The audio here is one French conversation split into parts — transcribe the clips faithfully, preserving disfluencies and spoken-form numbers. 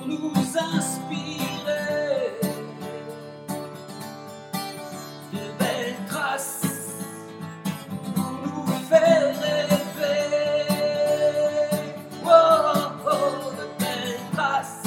nous inspirer de belles traces pour nous faire rêver. Oh, oh, de belles traces.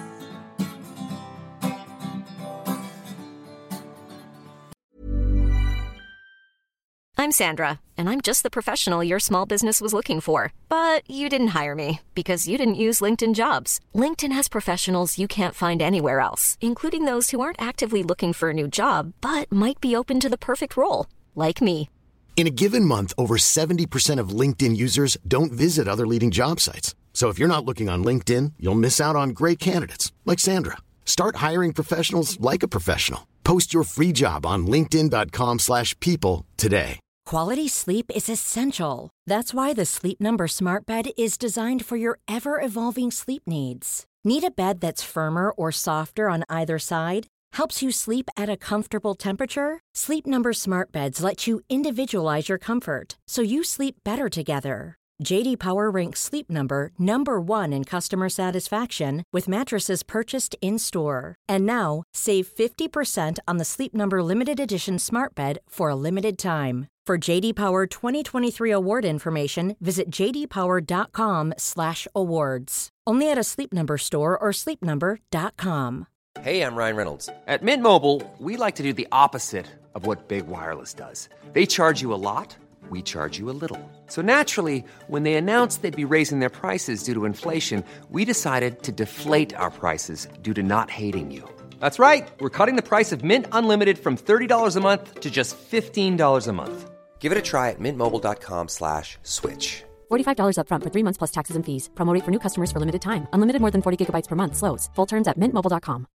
I'm Sandra, and I'm just the professional your small business was looking for. But you didn't hire me because you didn't use LinkedIn Jobs. LinkedIn has professionals you can't find anywhere else, including those who aren't actively looking for a new job, but might be open to the perfect role, like me. In a given month, over seventy percent of LinkedIn users don't visit other leading job sites. So if you're not looking on LinkedIn, you'll miss out on great candidates like Sandra. Start hiring professionals like a professional. Post your free job on linkedin dot com slash people today. Quality sleep is essential. That's why the Sleep Number Smart Bed is designed for your ever-evolving sleep needs. Need a bed that's firmer or softer on either side? Helps you sleep at a comfortable temperature? Sleep Number Smart Beds let you individualize your comfort, so you sleep better together. J D Power ranks Sleep Number number one in customer satisfaction with mattresses purchased in-store. And now, save fifty percent on the Sleep Number Limited Edition Smart Bed for a limited time. For J D Power twenty twenty-three award information, visit j d power dot com slash awards. Only at a Sleep Number store or sleep number dot com. Hey, I'm Ryan Reynolds. At Mint Mobile, we like to do the opposite of what Big Wireless does. They charge you a lot, we charge you a little. So naturally, when they announced they'd be raising their prices due to inflation, we decided to deflate our prices due to not hating you. That's right. We're cutting the price of Mint Unlimited from thirty dollars a month to just fifteen dollars a month. Give it a try at mintmobile.com slash switch. forty-five dollars up front for three months plus taxes and fees. Promo rate for new customers for limited time. Unlimited more than forty gigabytes per month. Slows full terms at mint mobile dot com.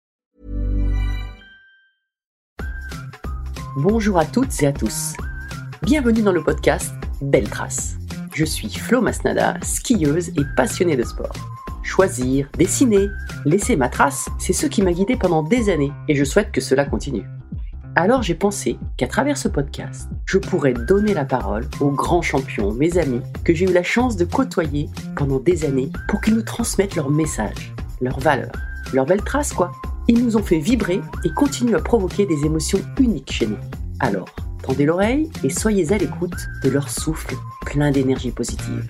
Bonjour à toutes et à tous. Bienvenue dans le podcast Belles Traces. Je suis Flo Masnada, skieuse et passionnée de sport. Choisir, dessiner, laisser ma trace, c'est ce qui m'a guidée pendant des années et je souhaite que cela continue. Alors j'ai pensé qu'à travers ce podcast, je pourrais donner la parole aux grands champions, mes amis, que j'ai eu la chance de côtoyer pendant des années pour qu'ils nous transmettent leurs messages, leurs valeurs, leurs belles traces quoi. Ils nous ont fait vibrer et continuent à provoquer des émotions uniques chez nous. Alors, tendez l'oreille et soyez à l'écoute de leur souffle plein d'énergie positive.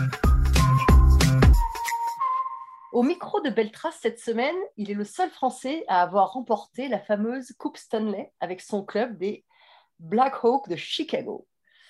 Au micro de Belles Traces cette semaine, il est le seul Français à avoir remporté la fameuse Coupe Stanley avec son club des Blackhawks de Chicago.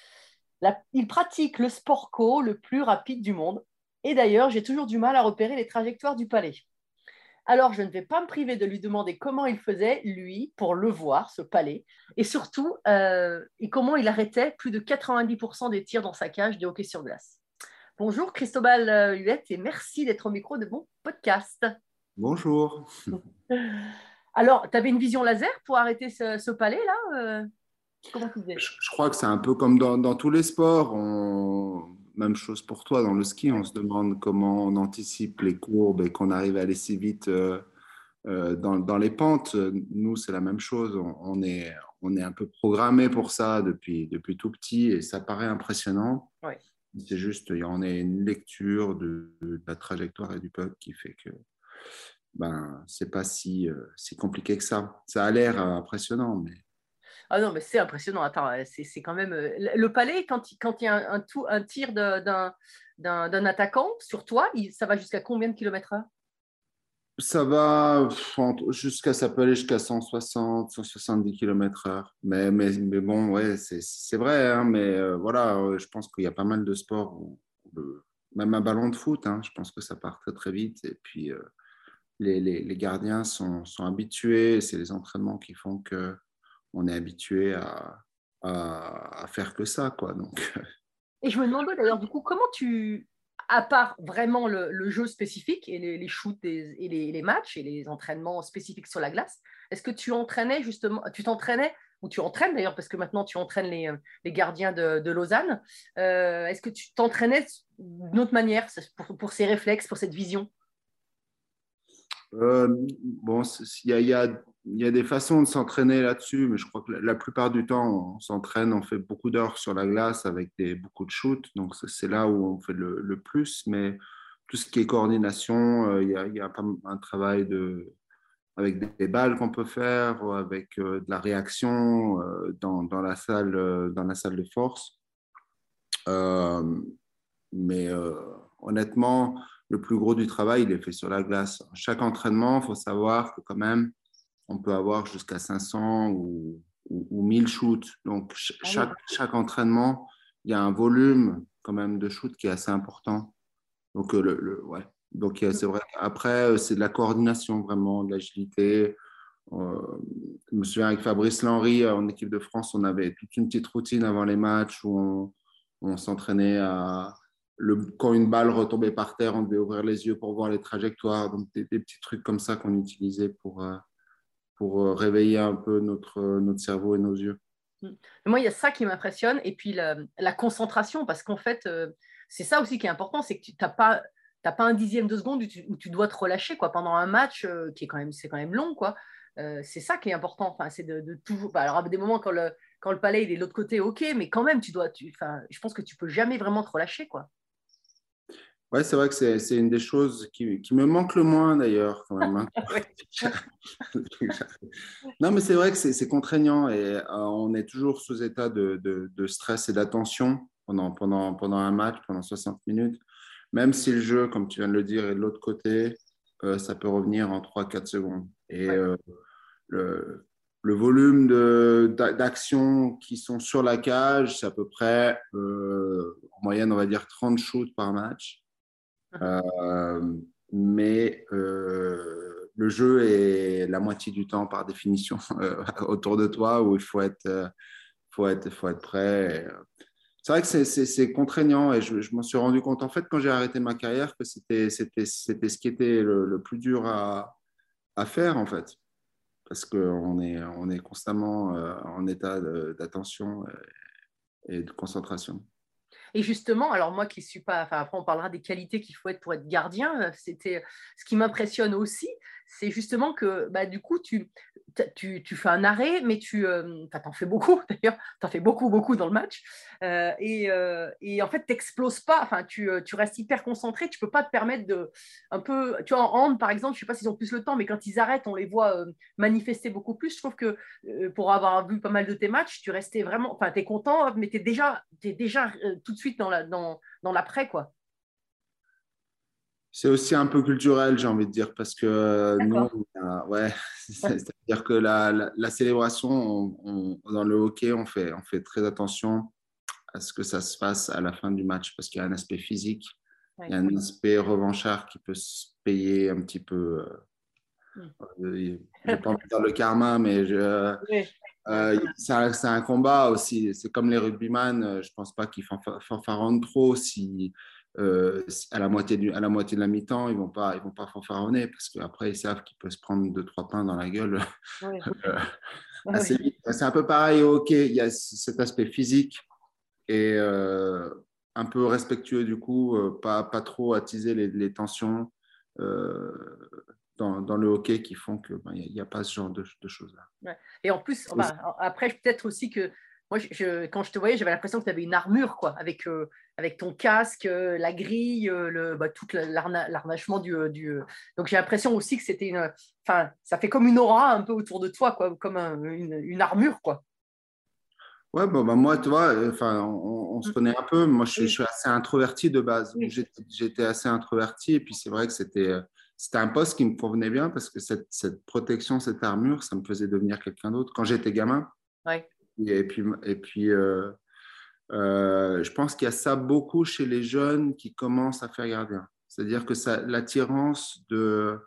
La, il pratique le sport co le plus rapide du monde. Et d'ailleurs, j'ai toujours du mal à repérer les trajectoires du palais. Alors, je ne vais pas me priver de lui demander comment il faisait, lui, pour le voir, ce palais, et surtout, euh, et comment il arrêtait plus de quatre-vingt-dix pour cent des tirs dans sa cage de hockey sur glace. Bonjour Cristobal Huette et merci d'être au micro de mon podcast. Bonjour. Alors, tu avais une vision laser pour arrêter ce, ce palais-là euh, Comment tu faisais ? je, je crois que c'est un peu comme dans, dans tous les sports. On... Même chose pour toi dans le ski. On se demande comment on anticipe les courbes et qu'on arrive à aller si vite euh, euh, dans, dans les pentes. Nous, c'est la même chose. On, on, est, on est un peu programmé pour ça depuis, depuis tout petit et ça paraît impressionnant. Oui. C'est juste, on a une lecture de, de la trajectoire et du puck qui fait que ben, c'est pas si, euh, si compliqué que ça. Ça a l'air impressionnant, mais Ah non, mais c'est impressionnant. Attends, c'est, c'est quand même… Le palais, quand il, quand il y a un, un, tout, un tir de, d'un, d'un, d'un attaquant sur toi, il, ça va jusqu'à combien de kilomètres heure ? ça va jusqu'à, ça peut aller jusqu'à cent soixante, cent soixante-dix kilomètres heure. Mais, mais, mais bon, ouais, c'est, c'est vrai. Hein, mais euh, voilà, je pense qu'il y a pas mal de sports, où, où, même un ballon de foot, hein, je pense que ça part très, très vite. Et puis, euh, les, les, les gardiens sont, sont habitués. C'est les entraînements qui font que on est habitué à, à, à faire que ça, quoi. Donc. Et je me demandais d'ailleurs, du coup, comment tu, à part vraiment le, le jeu spécifique et les, les shoots et, et les, les matchs et les entraînements spécifiques sur la glace, est-ce que tu entraînais justement, tu t'entraînais, ou tu entraînes d'ailleurs, parce que maintenant tu entraînes les, les gardiens de, de Lausanne, euh, est-ce que tu t'entraînais d'une autre manière pour, pour ces réflexes, pour cette vision ? Euh, bon, il y a, y, a, y a des façons de s'entraîner là-dessus, mais je crois que la, la plupart du temps, on s'entraîne, on fait beaucoup d'heures sur la glace avec des, beaucoup de shoots, donc c'est, c'est là où on fait le, le plus. Mais tout ce qui est coordination, euh, il y a, il y a pas un travail de, avec des, des balles qu'on peut faire, ou avec euh, de la réaction euh, dans, dans, la salle, euh, dans la salle de force. Euh, mais euh, honnêtement, le plus gros du travail, il est fait sur la glace. Chaque entraînement, il faut savoir que quand même, on peut avoir jusqu'à cinq cents ou, ou, ou mille shoots. Donc, ch- Ah oui. chaque, chaque entraînement, il y a un volume quand même de shoot qui est assez important. Donc, euh, le, le, ouais. Donc euh, c'est vrai. Après, euh, c'est de la coordination, vraiment, de l'agilité. Euh, je me souviens avec Fabrice Lenry, euh, en équipe de France, on avait toute une petite routine avant les matchs où on, on s'entraînait à… Le, quand une balle retombait par terre, on devait ouvrir les yeux pour voir les trajectoires. Donc, des, des petits trucs comme ça qu'on utilisait pour, euh, pour euh, réveiller un peu notre, notre cerveau et nos yeux. Moi, il y a ça qui m'impressionne. Et puis, la, la concentration, parce qu'en fait, euh, c'est ça aussi qui est important, c'est que tu n'as pas, t'as pas un dixième de seconde où tu, où tu dois te relâcher quoi, pendant un match euh, qui est quand même, c'est quand même long. Quoi. Euh, c'est ça qui est important. Enfin, c'est de, de toujours… Bah, alors, à des moments, quand le, quand le palais il est de l'autre côté, OK, mais quand même, tu dois… Tu, enfin, je pense que tu peux jamais vraiment te relâcher. Quoi. Ouais, c'est vrai que c'est, c'est une des choses qui, qui me manque le moins d'ailleurs quand même. Hein. Non, mais c'est vrai que c'est, c'est contraignant et euh, on est toujours sous état de, de, de stress et d'attention pendant, pendant, pendant un match, pendant soixante minutes. Même si le jeu, comme tu viens de le dire, est de l'autre côté, euh, ça peut revenir en trois quatre secondes. Et Ouais. euh, le, le volume de, d'a- d'actions qui sont sur la cage, c'est à peu près, euh, en moyenne, on va dire trente shoots par match. Euh, mais euh, le jeu est la moitié du temps par définition euh, autour de toi où il faut être, euh, faut être, faut être prêt. Et, euh, c'est vrai que c'est, c'est, c'est contraignant et je, je m'en suis rendu compte en fait quand j'ai arrêté ma carrière que c'était, c'était, c'était ce qui était le, le plus dur à, à faire en fait parce qu'on est, on est constamment euh, en état de, d'attention et, et de concentration. Et justement, alors moi qui suis pas, enfin après on parlera des qualités qu'il faut être pour être gardien, c'était ce qui m'impressionne aussi, c'est justement que bah, du coup tu, tu, tu fais un arrêt, mais tu euh, enfin, t'en fais beaucoup d'ailleurs, t'en fais beaucoup, beaucoup dans le match, euh, et, euh, et en fait t'exploses pas, enfin tu, tu restes hyper concentré, tu peux pas te permettre de, un peu, tu vois en hand par exemple, je sais pas s'ils ont plus le temps, mais quand ils arrêtent, on les voit euh, manifester beaucoup plus, je trouve que euh, pour avoir vu pas mal de tes matchs, tu restais vraiment, enfin t'es content, mais t'es déjà, t'es déjà euh, tout de suite dans, la, dans, dans l'après, quoi. C'est aussi un peu culturel, j'ai envie de dire, parce que euh, nous, D'accord. euh, ouais, c'est-à-dire que la, la, la célébration, on, on, dans le hockey, on fait, on fait très attention à ce que ça se fasse à la fin du match, parce qu'il y a un aspect physique, Ouais. il y a un aspect revanchard qui peut se payer un petit peu. Euh, Mm. euh, je n'ai pas envie de dire le karma, mais je, Oui. euh, c'est, un, c'est un combat aussi. C'est comme les rugbyman, je ne pense pas qu'ils fanfaronnent trop si. Euh, à, la moitié du, à la moitié de la mi-temps, ils ne vont pas, ils vont pas fanfaronner parce qu'après, ils savent qu'ils peuvent se prendre deux, trois pains dans la gueule Oui. euh, Oui. assez vite. C'est un peu pareil au hockey. Il y a cet aspect physique et euh, un peu respectueux du coup, euh, pas, pas trop attiser les, les tensions euh, dans, dans le hockey qui font qu'il ben, n'y a, a pas ce genre de, de choses-là. Ouais. Et en plus, bah, après, peut-être aussi que moi, je, je, quand je te voyais, j'avais l'impression que tu avais une armure, quoi, avec, euh, avec ton casque, euh, la grille, euh, le, bah, tout l'arna, l'arnachement du, du. Donc, j'ai l'impression aussi que c'était une. Enfin, ça fait comme une aura un peu autour de toi, quoi, comme un, une, une armure, quoi. Ouais, bon, bah, moi, tu vois, enfin, on, on se connaît un peu. Moi, je, suis- je suis assez introverti de base. Oui. J'étais, j'étais assez introverti. Et puis, c'est vrai que c'était, c'était un poste qui me convenait bien parce que cette, cette protection, cette armure, ça me faisait devenir quelqu'un d'autre quand j'étais gamin. Ouais. Et puis, et puis euh, euh, je pense qu'il y a ça beaucoup chez les jeunes qui commencent à faire gardien. C'est-à-dire que ça, l'attirance de,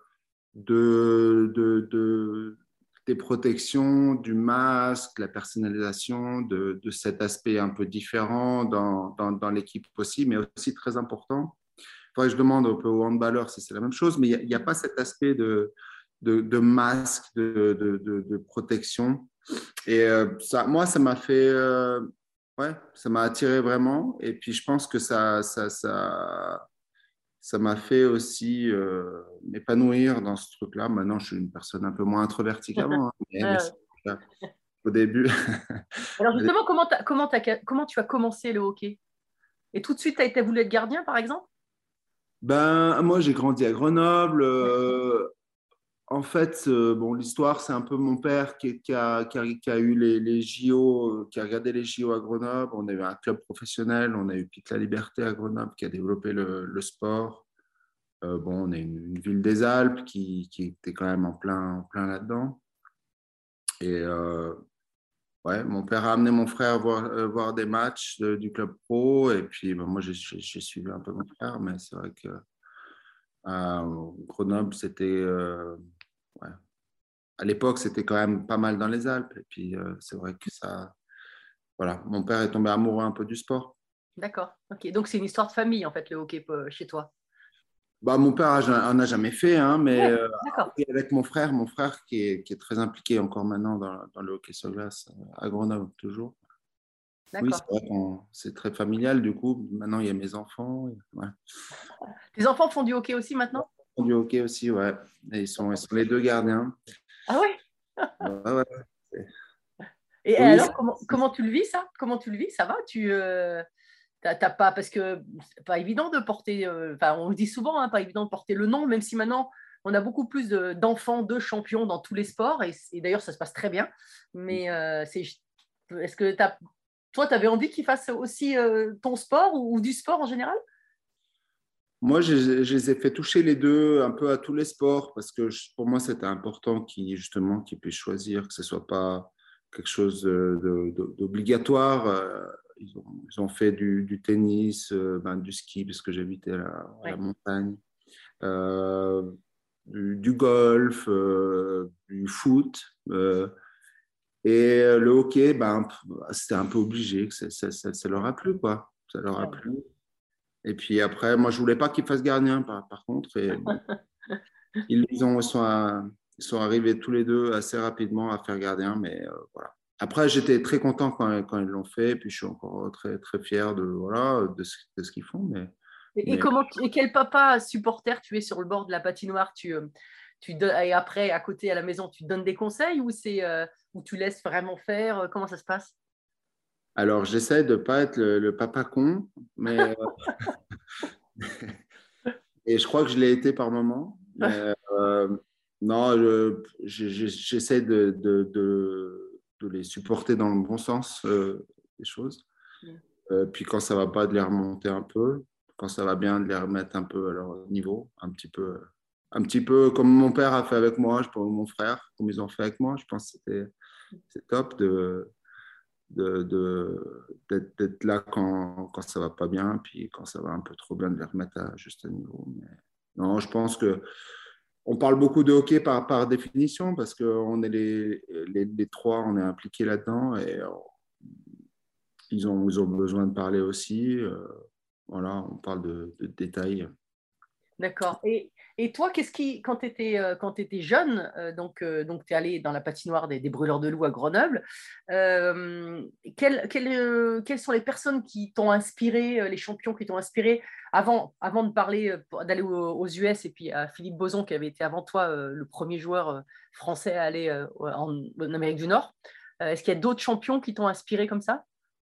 de, de, de, des protections, du masque, la personnalisation, de, de cet aspect un peu différent dans, dans, dans l'équipe aussi, mais aussi très important. Il faudrait que je demande un peu aux handballeurs si c'est la même chose, mais il n'y a, a pas cet aspect de, de, de masque, de, de, de, de protection. Et euh, ça, moi, ça m'a fait, euh, ouais, ça m'a attiré vraiment. Et puis, je pense que ça, ça, ça, ça m'a fait aussi euh, m'épanouir dans ce truc-là. Maintenant, je suis une personne un peu moins introvertie qu'avant. Hein, mais, mais Ouais. au début. Alors, justement, comment, t'as, comment, t'as, comment tu as commencé le hockey? Et tout de suite, tu as été voulu être gardien, par exemple? Ben, moi, j'ai grandi à Grenoble. Euh, en fait, euh, bon, l'histoire, c'est un peu mon père qui, qui a, qui a, qui a eu les, les J O, euh, qui a regardé les J O à Grenoble. On a eu un club professionnel, on a eu Pique la Liberté à Grenoble qui a développé le, le sport. Euh, bon, on est une, une ville des Alpes qui, qui était quand même en plein, en plein là-dedans. Et euh, ouais, mon père a amené mon frère voir, euh, voir des matchs de- du club pro. Et puis, ben, moi, j'ai j'ai- j'ai suivi un peu mon frère, mais c'est vrai que euh, Grenoble, c'était. Euh, ouais. À l'époque, c'était quand même pas mal dans les Alpes. Et puis, euh, c'est vrai que ça. Voilà, mon père est tombé amoureux un peu du sport. D'accord. Ok. Donc, c'est une histoire de famille, en fait, le hockey euh, chez toi. Bah, mon père en a jamais fait, hein, mais Ouais, euh, d'accord. avec mon frère, mon frère qui est, qui est très impliqué encore maintenant dans, dans le hockey sur glace euh, à Grenoble, toujours. Oui, D'accord. c'est vrai que c'est très familial, du coup. Maintenant, il y a mes enfants. Ouais. Tes enfants font du hockey aussi maintenant? Ils font du hockey aussi, ouais. Et ils sont, ils sont les deux gardiens. Ah ouais? Ouais, ouais. Et Oui, alors, comment, comment tu le vis, ça? Comment tu le vis? Ça va? Tu euh, t'as, t'as pas, parce que c'est pas évident de porter, euh, enfin, on le dit souvent, hein, pas évident de porter le nom, même si maintenant, on a beaucoup plus de- d'enfants, de champions dans tous les sports, et, et d'ailleurs, ça se passe très bien. Mais euh, c'est, est-ce que t'as, toi, tu avais envie qu'ils fassent aussi euh, ton sport ou, ou du sport en général? moi, je, je les ai fait toucher les deux un peu à tous les sports parce que je- pour moi, c'était important qu'ils justement qu'ils puissent choisir, que ce soit pas quelque chose de- de- de- d'obligatoire. Euh, Ils ont, ils ont fait du, du tennis, euh, ben, du ski parce que j'habitais à la, à la Ouais. montagne, euh, du, du golf, euh, du foot. euh, et le hockey, ben, c'était un peu obligé, que ça, ça, ça, ça leur a plu, quoi. Ça leur a Ouais. plu. Et puis après, moi, je voulais pas qu'ils fassent gardien, par, par contre. Et ils, ils ont, ils sont, à- ils sont arrivés tous les deux assez rapidement à faire gardien, mais euh, voilà. Après, j'étais très content quand, quand ils l'ont fait, et puis je suis encore très, très fier de, voilà, de ce, de ce qu'ils font. Mais, Et, et mais comment tu- et quel papa supporter tu es sur le bord de la patinoire, tu, euh, tu don- et après, à côté, à la maison, tu donnes des conseils ou c'est euh, ou tu laisses vraiment faire? euh, Comment ça se passe? alors, j'essaie de pas être le, le papa con, mais et je crois que je l'ai été par moment. Mais euh, non, je- je- je- j'essaie de, de, de, de les supporter dans le bon sens euh, des choses. Euh, puis quand ça va pas, de les remonter un peu. Quand ça va bien, de les remettre un peu à leur niveau, un petit peu, un petit peu comme mon père a fait avec moi, je pense, mon frère, comme ils ont fait avec moi. Je pense que c'était c'est top de, de, de- d'être, d'être là quand, quand ça va pas bien, puis quand ça va un peu trop bien, de les remettre à juste niveau. Mais non, je pense que on parle beaucoup de hockey par, par définition parce qu'on est les, les, les trois, on est impliqués là-dedans et ils ont, ils ont besoin de parler aussi. Euh, voilà, on parle de, de détails. D'accord. Et, et toi, qu'est-ce qui, quand tu étais, euh, quand tu étais jeune, euh, donc, euh, donc tu es allé dans la patinoire des, des Brûleurs de Loup à Grenoble, euh, quelles, quelles, euh, quelles sont les personnes qui t'ont inspiré, euh, les champions qui t'ont inspiré avant, avant de parler, euh, pour- d'aller aux, aux U S et puis à Philippe Boson qui avait été avant toi euh, le premier joueur euh, français à aller euh, en, en Amérique du Nord. Euh, est-ce qu'il y a d'autres champions qui t'ont inspiré comme ça?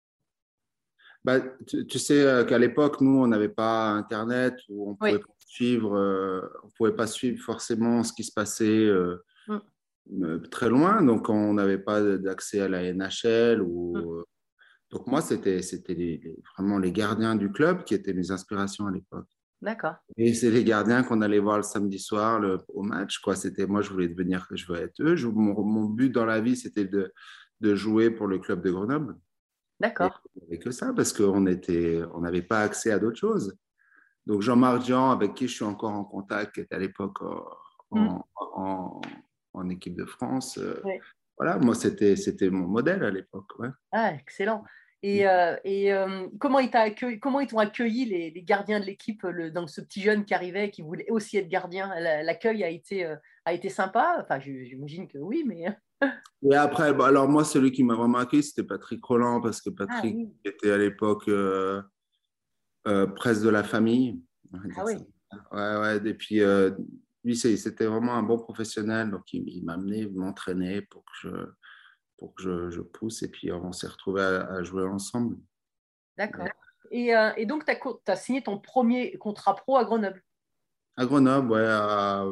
Bah, tu, tu sais euh, qu'à l'époque, nous, on n'avait pas Internet où on pouvait Oui. pas suivre, euh, on pouvait pas suivre forcément ce qui se passait euh, Mm, euh, très loin. Donc, on n'avait pas d'accès à la N H L. mm. Ou, euh, donc, moi, c'était, c'était les- les- vraiment les gardiens du club qui étaient mes inspirations à l'époque. D'accord. Et c'est les gardiens qu'on allait voir le samedi soir le- au match, quoi. C'était, moi, je voulais devenir, je voulais être eux. Je- mon, mon but dans la vie, c'était de, de jouer pour le club de Grenoble. Et D'accord. il n'y avait que ça parce qu'on était, on n'avait pas accès à d'autres choses. Donc Jean-Marc Jean, avec qui je suis encore en contact, qui était à l'époque euh, Mm. en, en, en équipe de France, euh, Ouais. voilà, moi, c'était, c'était mon modèle à l'époque. Ouais. Ah, excellent. Et, euh, et euh, comment ils t'a accueilli, comment ils t'ont accueilli les, les gardiens de l'équipe, le, donc ce petit jeune qui arrivait, qui voulait aussi être gardien. La- L'accueil a été, euh, a été sympa. Enfin, je- j'imagine que oui, mais Et après, bah, alors moi, celui qui m'a vraiment accueilli, c'était Patrick Roland, parce que ah Patrick oui, était à l'époque euh, euh, presque de la famille, on va ah dire ça. oui, Ouais, ouais. Et puis, euh, lui, c'est- c'était vraiment un bon professionnel. Donc, il, il m'a amené m'entraîner pour que je, pour que je, je pousse. Et puis, on s'est retrouvés à, à jouer ensemble. d'accord. Et, euh, et donc, tu as signé ton premier contrat pro à Grenoble. À Grenoble, ouais, à,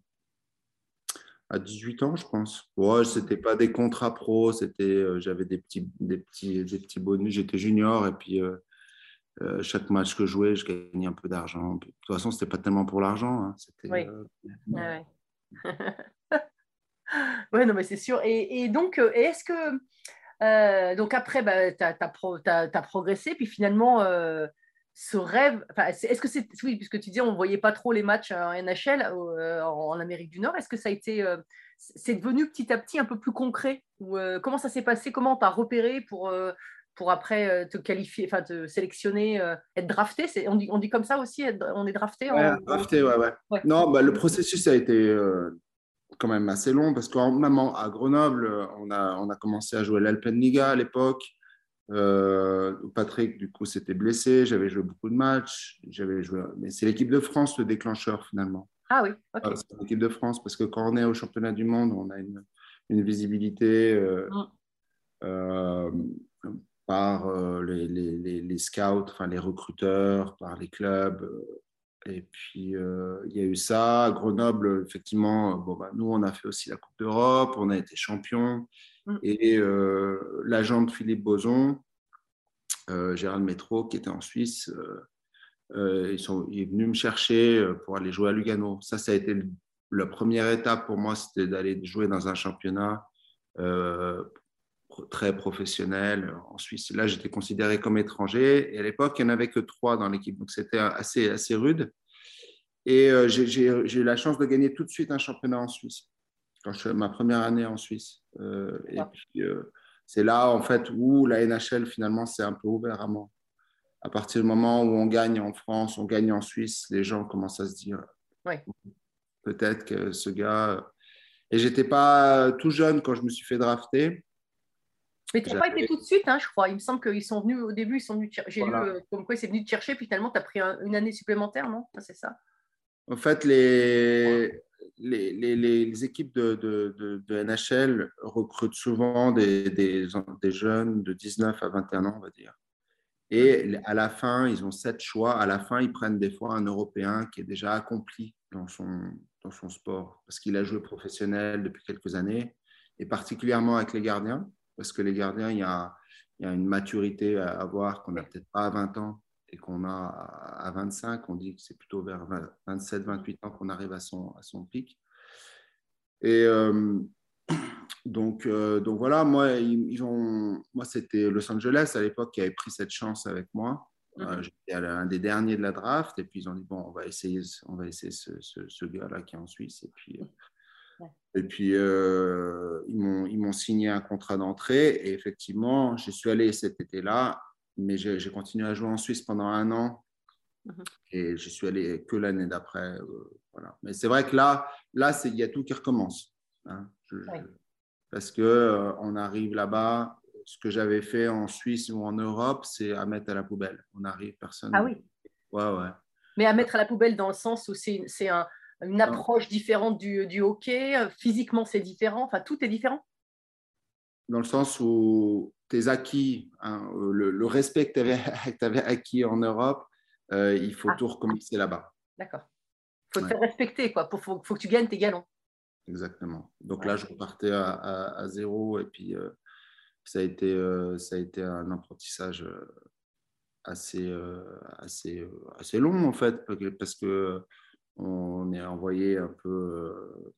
à dix-huit ans, je pense. Ouais, c'était pas des contrats pro, c'était, euh, j'avais des petits, des, petits, des petits bonus. J'étais junior et puis euh, euh, chaque match que je jouais, je gagnais un peu d'argent. De toute façon, c'était pas tellement pour l'argent. Hein. C'était, oui. Euh, ouais, ouais. ouais, non, mais c'est sûr. Et, et donc, est-ce que. Euh, donc après, bah, tu as, pro, progressé, puis finalement, euh, ce rêve, est-ce que c'est, oui, puisque tu disais, on ne voyait pas trop les matchs en N H L euh, en, en Amérique du Nord, est-ce que ça a été, euh, c'est devenu petit à petit un peu plus concret ou, euh, comment ça s'est passé, comment tu as repéré pour, euh, pour après euh, te qualifier, enfin te sélectionner, euh, être drafté, on dit, on dit comme ça aussi, être, on est drafté, ouais, en... drafté, ouais, ouais. ouais. Non, bah, le processus a été euh, quand même assez long parce qu'en même à Grenoble, on a, on a commencé à jouer l'Alpenliga à l'époque. Euh, Patrick, du coup, s'était blessé. J'avais joué beaucoup de matchs. J'avais joué... Mais c'est l'équipe de France le déclencheur, finalement. Ah oui, ok. Euh, c'est l'équipe de France parce que quand on est au championnat du monde, on a une, une visibilité euh, mm. euh, par euh, les, les, les scouts, enfin les recruteurs, par les clubs. Et puis, euh, il y a eu ça. À Grenoble, effectivement, bon, bah, nous, on a fait aussi la Coupe d'Europe. On a été champion. Mm. Et euh, l'agent de Philippe Boson, euh, Gérald Métro, qui était en Suisse, euh, euh, ils sont, il est venu me chercher pour aller jouer à Lugano. Ça, ça a été le, la première étape pour moi, c'était d'aller jouer dans un championnat euh, très professionnel en Suisse. Là, j'étais considéré comme étranger. Et à l'époque, il n'y en avait que trois dans l'équipe. Donc, c'était assez, assez rude. Et euh, j'ai, j'ai, j'ai eu la chance de gagner tout de suite un championnat en Suisse. Quand je, ma première année en Suisse. Euh, et ah. puis, euh, c'est là, en fait, où la N H L, finalement, s'est un peu ouvert à moi. À partir du moment où on gagne en France, on gagne en Suisse, les gens commencent à se dire oui. peut-être que ce gars... Et je n'étais pas tout jeune quand je me suis fait drafter. Mais tu n'as pas été tout de suite, hein, je crois. Il me semble qu'ils sont venus, au début, ils sont venus te... j'ai voilà. lu euh, comme quoi ils sont venus te chercher, puis finalement, tu as pris un, une année supplémentaire, non? C'est ça? En fait, les, les, les, les équipes de, de, de, de N H L recrutent souvent des, des, des jeunes de dix-neuf à vingt et un ans, on va dire. Et à la fin, ils ont sept choix. À la fin, ils prennent des fois un Européen qui est déjà accompli dans son, dans son sport parce qu'il a joué professionnel depuis quelques années et particulièrement avec les gardiens parce que les gardiens, il y a, il y a une maturité à avoir qu'on n'a peut-être pas à vingt ans et qu'on a à vingt-cinq. On dit que c'est plutôt vers vingt-sept, vingt-huit ans qu'on arrive à son, à son pic. Et... Euh, Donc, euh, donc voilà, moi, ils, ils ont, moi, c'était Los Angeles à l'époque qui avait pris cette chance avec moi. Mm-hmm. Euh, j'étais un des derniers de la draft et puis ils ont dit bon, on va essayer, on va essayer ce, ce, ce gars-là qui est en Suisse. Et puis, euh, ouais. et puis euh, ils m'ont, ils m'ont signé un contrat d'entrée et effectivement, je suis allé cet été-là, mais j'ai, j'ai continué à jouer en Suisse pendant un an. Mm-hmm. Et je suis allé que l'année d'après. Euh, voilà. Mais c'est vrai que là, là, c'est, il y a tout qui recommence. Hein. Je, ouais. je, Parce qu'on euh, arrive là-bas, ce que j'avais fait en Suisse ou en Europe, c'est à mettre à la poubelle. On arrive, personne. Ah oui. Ouais, ouais. Mais à mettre à la poubelle dans le sens où c'est, c'est un, une approche non. différente du, du hockey, physiquement c'est différent, enfin tout est différent. Dans le sens où tes acquis, hein, le, le respect que tu avais acquis en Europe, euh, il faut ah. tout recommencer là-bas. D'accord. Il faut te ouais. faire respecter, quoi. Il faut, faut que tu gagnes tes galons. Exactement. Donc là, je repartais à, à, à zéro et puis euh, ça, a été, euh, ça a été un apprentissage assez, euh, assez, euh, assez long en fait, parce qu'on est envoyé un peu euh,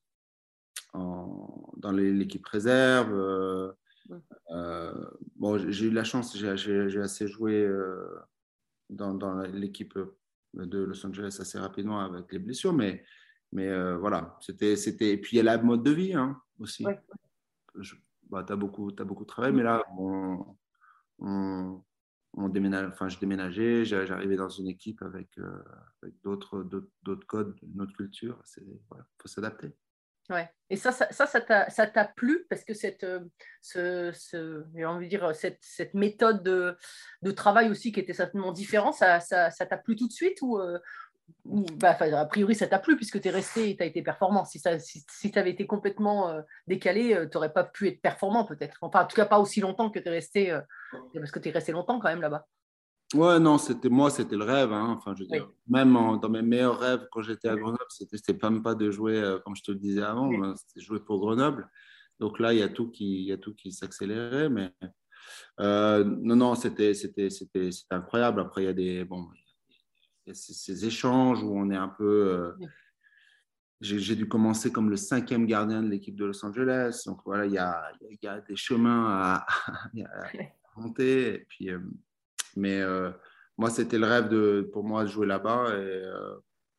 en, dans l'équipe réserve. Euh, euh, bon, j'ai eu la chance, j'ai, j'ai, j'ai assez joué euh, dans, dans l'équipe de Los Angeles assez rapidement avec les blessures, mais Mais euh, voilà, c'était, c'était... Et puis, il y a la mode de vie hein, aussi. Ouais. Je... Bah, tu as beaucoup, t'as beaucoup travaillé, mais là, on, on, on déménage... enfin, je déménageais, j'arrivais dans une équipe avec, euh, avec d'autres, d'autres, d'autres codes, une autre culture. Il voilà, faut s'adapter. Ouais. Et ça, ça, ça, ça, t'a, ça t'a plu parce que cette, ce, ce, j'ai envie de dire, cette, cette méthode de, de travail aussi qui était certainement différente, ça, ça, ça t'a plu tout de suite ou euh, Bah, a priori, ça t'a plu puisque tu es resté et tu as été performant. Si tu si, si avais été complètement euh, décalé, euh, tu n'aurais pas pu être performant peut-être. Enfin, en tout cas, pas aussi longtemps que tu es resté, euh, parce que tu es resté longtemps quand même là-bas. Ouais, non, c'était moi, c'était le rêve. Hein. Enfin, je veux Oui. dire, même en- dans mes meilleurs rêves, quand j'étais à Grenoble, c'était, c'était pas même pas de jouer, euh, comme je te le disais avant, Oui. mais c'était jouer pour Grenoble. Donc là, il y a tout qui, il y a tout qui s'accélérait. Mais euh, non, non, c'était, c'était, c'était, c'était incroyable. Après, il y a des, bon, il y a ces, ces échanges où on est un peu. euh, Oui. j'ai, j'ai dû commencer comme le cinquième gardien de l'équipe de Los Angeles. Donc voilà, il y a, il y a des chemins à, à monter. Et puis. euh, Mais euh, moi, c'était le rêve de, pour moi de jouer là-bas. Et, euh,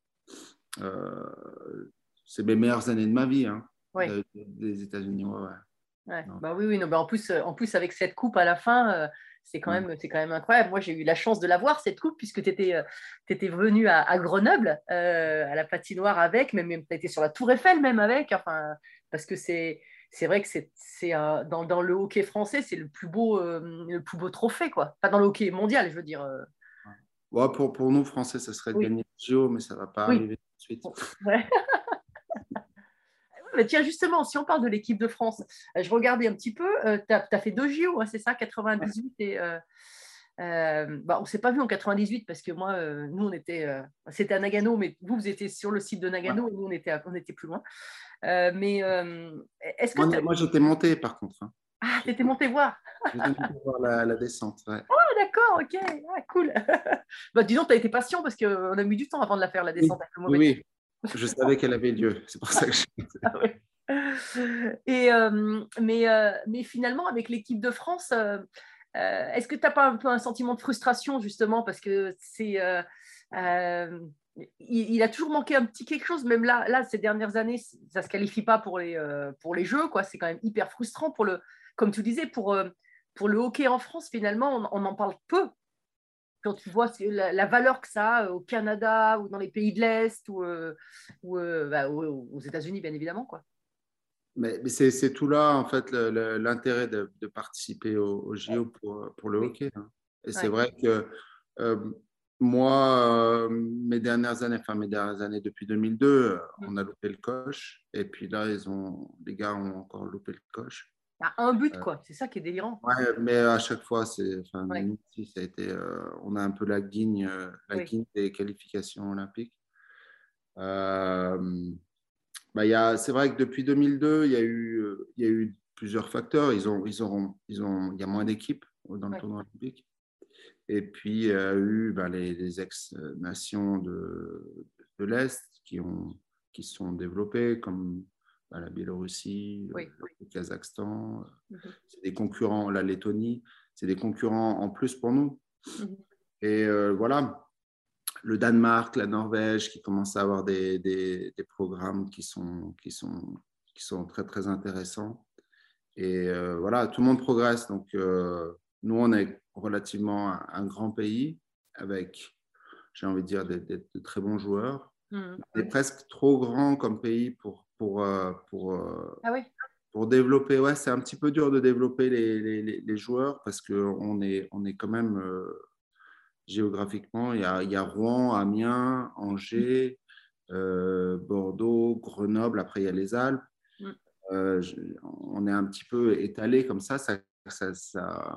euh, c'est mes meilleures années de ma vie, hein, Oui. de- de- des États-Unis. Ouais, ouais. Ouais. Non. Bah oui, oui, non, bah en plus, euh, en plus, avec cette coupe à la fin, euh, c'est quand Ouais. même, c'est quand même incroyable. Moi, j'ai eu la chance de la voir, cette coupe, puisque tu étais, euh, t'étais venu à, à Grenoble, euh, à la patinoire avec, même, même tu étais sur la Tour Eiffel même avec, enfin, parce que c'est, c'est vrai que c'est, c'est euh, dans, dans le hockey français, c'est le plus beau, euh, le plus beau trophée, quoi. Pas dans le hockey mondial, je veux dire. euh. Ouais, pour, pour nous, Français, ça serait de Oui, gagner le J O, mais ça ne va pas oui. arriver tout de suite. Ouais. Mais tiens, justement, si on parle de l'équipe de France, euh, je regardais un petit peu, euh, tu as fait deux J O, hein, c'est ça, quatre-vingt-dix-huit et. Euh, euh, bah, on ne s'est pas vu en quatre-vingt-dix-huit parce que moi, euh, nous, on était. Euh, c'était à Nagano, mais vous, vous étiez sur le site de Nagano et nous, on était, à- on était plus loin. Euh, mais euh, est-ce que. Moi, t'as- moi, j'étais monté, par contre. Hein. Ah, tu étais monté voir. J'étais monté voir la, la descente. Ouais. Ah, d'accord, ok. Ah, cool. Bah, disons, tu as été patient parce qu'on a mis du temps avant de la faire, la Oui, descente avec le oui, mauvais temps. oui. Je savais qu'elle avait lieu. C'est pour ça que je... Ah ouais. Et, euh, mais, euh, mais finalement, avec l'équipe de France, euh, euh, est-ce que tu n'as pas un peu un sentiment de frustration, justement, parce que c'est, euh, euh, il, il a toujours manqué un petit quelque chose, même là, là ces dernières années, ça ne se qualifie pas pour les, euh, pour les Jeux, quoi. C'est quand même hyper frustrant, pour le, comme tu disais, pour, euh, pour le hockey en France, finalement, on, on en parle peu. Quand tu vois la, la valeur que ça a au Canada ou dans les pays de l'Est ou, euh, ou, euh, bah, ou- aux États-Unis, bien évidemment, quoi. Mais, mais c'est, c'est tout là, en fait, le- le- l'intérêt de, de participer au, au J O pour, pour le Oui. hockey. Hein. Et c'est Ouais. vrai que euh, moi, euh, mes dernières années, enfin mes dernières années depuis deux mille deux, euh, on a loupé le coche. Et puis là, ils ont, les gars ont encore loupé le coche. À un but, Euh, quoi. C'est ça qui est délirant. ouais, mais à chaque fois, c'est, enfin, Ouais. nous aussi, ça a été, euh, on a un peu la guigne, euh, la Oui. guigne des qualifications olympiques. Euh, bah, il y a, c'est vrai que depuis deux mille deux, il y a eu, euh, il y a eu plusieurs facteurs. Ils ont, ils auront, ils ont, il y a moins d'équipes dans le Ouais. tournoi olympique. Et puis, il y a eu bah, les, les ex-nations de, de l'Est qui, ont, qui se sont développées, comme bah, la Biélorussie, Oui. le Kazakhstan. Mhm. C'est des concurrents, la Lettonie, c'est des concurrents en plus pour nous. Mhm. Et euh, voilà, le Danemark, la Norvège, qui commencent à avoir des, des, des programmes qui sont, qui, sont, qui sont très, très intéressants. Et euh, voilà, tout le monde progresse. Donc, euh, nous, on est relativement un, un grand pays avec, j'ai envie de dire, des, des, de très bons joueurs. Mhm. On est presque trop grand comme pays pour, pour, euh, pour, euh, Ah oui. pour développer. Ouais, c'est un petit peu dur de développer les, les, les joueurs parce qu'on est, on est quand même... Euh, géographiquement, il y, a, il y a Rouen, Amiens, Angers, euh, Bordeaux, Grenoble, après il y a les Alpes. Mm. Euh, je, on est un petit peu étalé comme ça. ça, ça, ça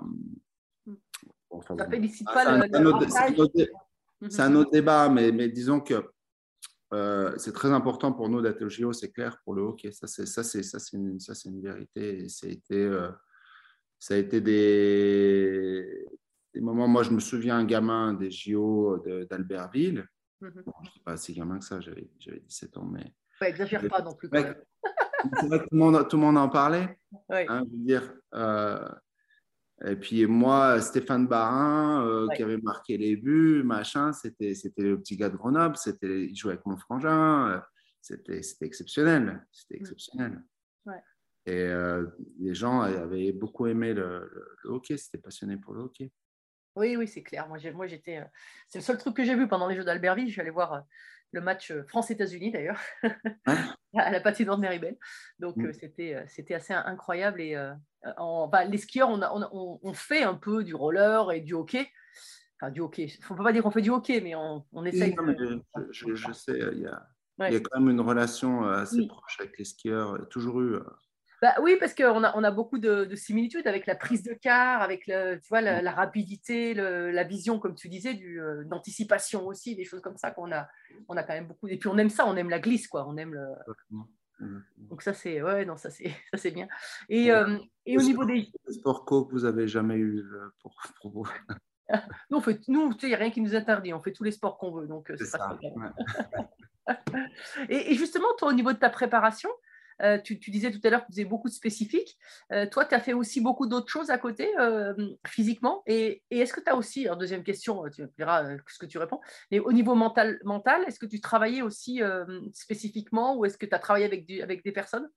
enfin, Ça bon. félicite Ah, pas c'est un, le, un le autre, c'est un partage. autre dé- Mhm. c'est un autre débat, mais, mais disons que euh, c'est très important pour nous d'être au J O, c'est clair, pour le hockey. Ça, c'est, ça, c'est, ça, c'est, une, ça, c'est une vérité. Et ça a été, euh, ça a été des, des moments. Moi, je me souviens, un gamin des J O de, d'Albertville. Mhm. Bon, je n'étais pas si gamin que ça, j'avais, j'avais dix-sept ans. Mais Ouais, exagère pas non plus, c'est quand vrai même. que, c'est vrai que tout, le monde, tout le monde en parlait. Ouais. Hein, je veux dire, euh, et puis moi, Stéphane Barin, euh, Ouais. qui avait marqué les buts, machin, c'était, c'était le petit gars de Grenoble, c'était, il jouait avec mon frangin, euh, c'était, c'était exceptionnel, c'était exceptionnel. Ouais. Et euh, les gens avaient beaucoup aimé le, le, le hockey, c'était passionné pour le hockey. Oui, oui, c'est clair. Moi, j'ai, moi, j'étais, euh, c'est le seul truc que j'ai vu pendant les Jeux d'Albertville. Je suis allée voir euh, le match euh, France-États-Unis, d'ailleurs, Ouais. à la patinoire de Méribel. Donc, Mm. euh, c'était, euh, c'était assez incroyable. Et, euh, en, bah, les skieurs, on, a, on, a, on, on fait un peu du roller et du hockey. Enfin, du hockey. Il ne faut pas dire qu'on fait du hockey, mais on, on essaye. Oui, non, mais de... je, je, je sais, il y a, Ouais. il y a quand même une relation assez Oui. proche avec les skieurs, il y a toujours eu. Bah, Bah, oui, parce qu'on a, on a beaucoup de, de similitudes avec la prise de quart, avec le, tu vois, la, la rapidité, le, la vision, comme tu disais, du, euh, d'anticipation aussi, des choses comme ça qu'on a, on a quand même beaucoup. Et puis on aime ça, on aime la glisse, quoi. On aime le... Donc ça, c'est, ouais, non, ça, c'est, ça, c'est bien. Et, euh, et au niveau des... Le sport co que vous avez jamais eu euh, pour, pour vous. Nous, on fait, nous, tu sais, il n'y a rien qui nous interdit. On fait tous les sports qu'on veut, donc euh, c'est, C'est pas ça. très grave. Ouais. et, et justement, toi, au niveau de ta préparation, euh, tu, tu disais tout à l'heure que tu faisais beaucoup de spécifiques. Euh, toi, tu as fait aussi beaucoup d'autres choses à côté, euh, physiquement. Et, et est-ce que tu as aussi, alors deuxième question, tu me diras euh, ce que tu réponds, mais au niveau mental, mental est-ce que tu travaillais aussi euh, spécifiquement ou est-ce que tu as travaillé avec, du, avec des personnes?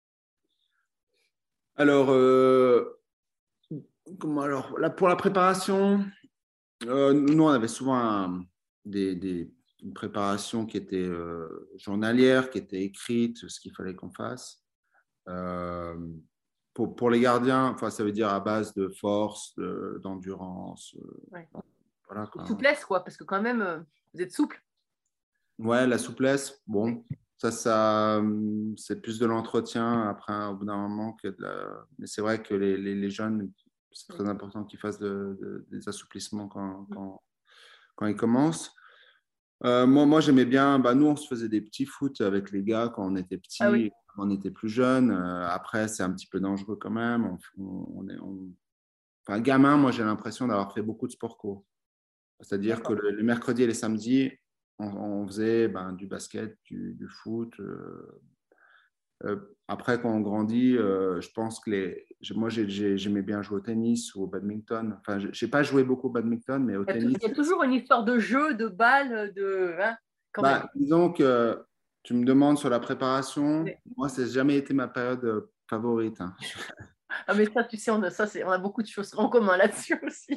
Alors, euh, comment alors là, pour la préparation, euh, nous, on avait souvent un- des, des, une préparation qui était euh, journalière, qui était écrite, ce qu'il fallait qu'on fasse. Euh, pour, pour les gardiens, enfin, ça veut dire à base de force, de, d'endurance. Euh, ouais. voilà, quoi. Souplesse, quoi, parce que quand même, euh, vous êtes souple. Ouais, la souplesse, bon, ça, ça c'est plus de l'entretien après, au bout d'un moment que de la... Mais c'est vrai que les, les, les jeunes, c'est très important qu'ils fassent de, de, des assouplissements quand, quand, quand ils commencent. Euh, moi, moi, j'aimais bien, bah, nous, on se faisait des petits foot avec les gars quand on était petits, Ah oui. quand on était plus jeunes. Euh, après, c'est un petit peu dangereux quand même. On, on, on est, on... Enfin, gamin, moi, j'ai l'impression d'avoir fait beaucoup de sport co. C'est-à-dire que le, les mercredis et les samedis, on, on faisait ben, du basket, du, du foot. Euh, euh, après, quand on grandit, euh, je pense que les, moi, j'ai, j'ai, j'aimais bien jouer au tennis ou au badminton. Enfin, je n'ai pas joué beaucoup au badminton, mais au Il y, a tennis. il y a toujours une histoire de jeu, de balle, de. Hein, quand Bah, même. disons que tu me demandes sur la préparation. Ouais. Moi, ça n'a jamais été ma période favorite. Hein. Ah, mais ça, tu sais, on a, ça, c'est, on a beaucoup de choses en commun là-dessus aussi.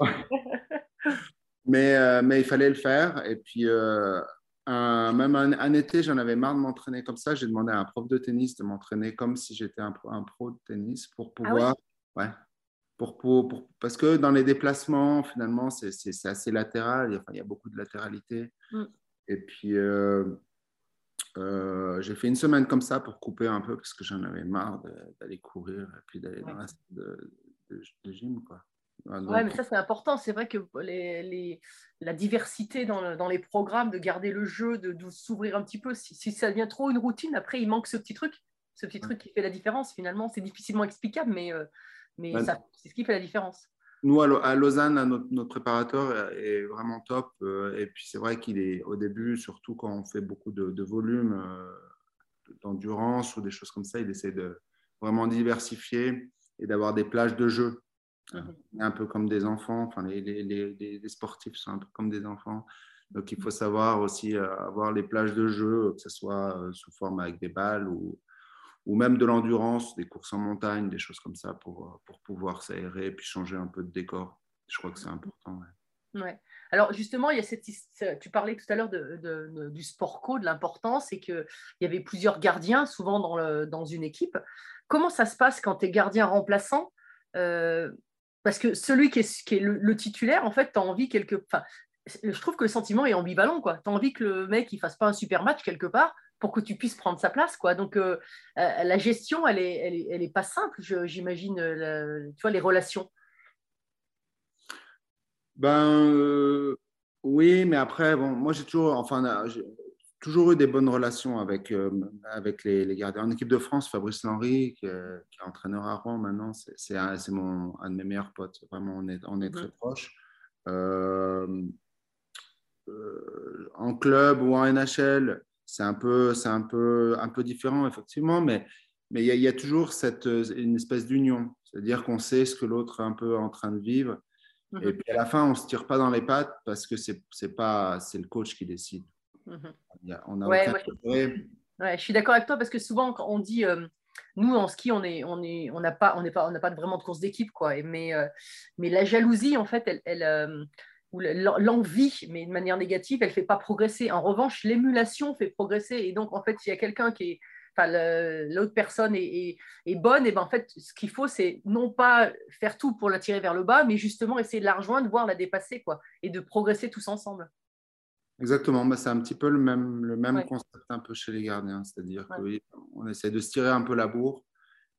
Mais, euh, mais il fallait le faire. Et puis, euh, un, même un, un été, j'en avais marre de m'entraîner comme ça. J'ai demandé à un prof de tennis de m'entraîner comme si j'étais un, pro- un pro de tennis pour Ah oui. pouvoir. Ouais, pour, pour, pour- parce que dans les déplacements, finalement, c'est c'est- c'est assez latéral. Il y a, enfin, il y a beaucoup de latéralité. Mm. Et puis, euh, euh, j'ai fait une semaine comme ça pour couper un peu parce que j'en avais marre de- d'aller courir et puis d'aller dans Ouais. la salle de, de, de gym, quoi. Donc, Ouais, mais ça, c'est important. C'est vrai que les, les, la diversité dans, le- dans les programmes, de garder le jeu, de, de s'ouvrir un petit peu, si, si ça devient trop une routine, après, il manque ce petit truc, ce petit truc qui fait la différence finalement. C'est difficilement explicable, mais, euh, mais ben, ça, c'est ce qui fait la différence. nous, à Lau- à Lausanne, à notre, notre préparateur est vraiment top. euh, Et puis, c'est vrai qu'il est au début, surtout quand on fait beaucoup de, de volume, euh, d'endurance ou des choses comme ça, il essaie de vraiment diversifier et d'avoir des plages de jeu. Mhm. Un peu comme des enfants. Enfin, les, les, les, les sportifs sont un peu comme des enfants. Donc, il faut savoir aussi euh, avoir les plages de jeu, que ce soit euh, sous forme avec des balles ou, ou même de l'endurance, des courses en montagne, des choses comme ça pour, pour pouvoir s'aérer et puis changer un peu de décor. Je crois que c'est important. Ouais. Ouais. Alors justement, il y a cette, tu parlais tout à l'heure de, de, de, du sport co, de l'importance, et qu'il y avait plusieurs gardiens souvent dans, le, dans une équipe. Comment ça se passe quand tu es gardien remplaçant? euh, Parce que celui qui est, qui est le, le titulaire, en fait, tu as envie quelque... Enfin, je trouve que le sentiment est ambivalent, quoi. Tu as envie que le mec ne fasse pas un super match quelque part pour que tu puisses prendre sa place, quoi. Donc, euh, euh, la gestion, elle n'est elle est, elle est pas simple, je, j'imagine, euh, tu vois, les relations. Ben euh, oui, mais après, bon, moi j'ai toujours, enfin, j'ai toujours eu des bonnes relations avec, euh, avec les, les gardiens. En équipe de France, Fabrice Lenry, qui est, qui est entraîneur à Rouen maintenant, c'est c'est un, c'est mon, un de mes meilleurs potes. Vraiment, on est, on est très Mm-hmm. proches. Euh, euh, en club ou en N H L, c'est un peu, c'est un peu, un peu différent, effectivement, mais mais il y, a- il y a toujours cette, une espèce d'union. C'est-à-dire qu'on sait ce que l'autre est un peu en train de vivre. Et Mm-hmm. puis à la fin, on ne se tire pas dans les pattes parce que c'est c'est pas c'est le coach qui décide. Mm-hmm. Il y a- on n'a Ouais, aucun moi, je, intérêt. ouais, je suis d'accord avec toi parce que souvent quand on dit euh, nous en ski on est on est on n'a pas on n'est pas on n'a pas vraiment de course d'équipe quoi. Et- mais euh, mais la jalousie en fait elle, elle euh, ou l'en- l'envie mais de manière négative elle fait pas progresser. En revanche l'émulation fait progresser et donc en fait s'il y a quelqu'un qui est enfin le- l'autre personne est, est, est bonne et ben en fait ce qu'il faut c'est non pas faire tout pour la tirer vers le bas mais justement essayer de la rejoindre voire la dépasser quoi et de progresser tous ensemble. Exactement, bah, c'est un petit peu le même, le même Ouais, concept un peu chez les gardiens. C'est-à-dire ouais. qu'on essaie de se tirer un peu la bourre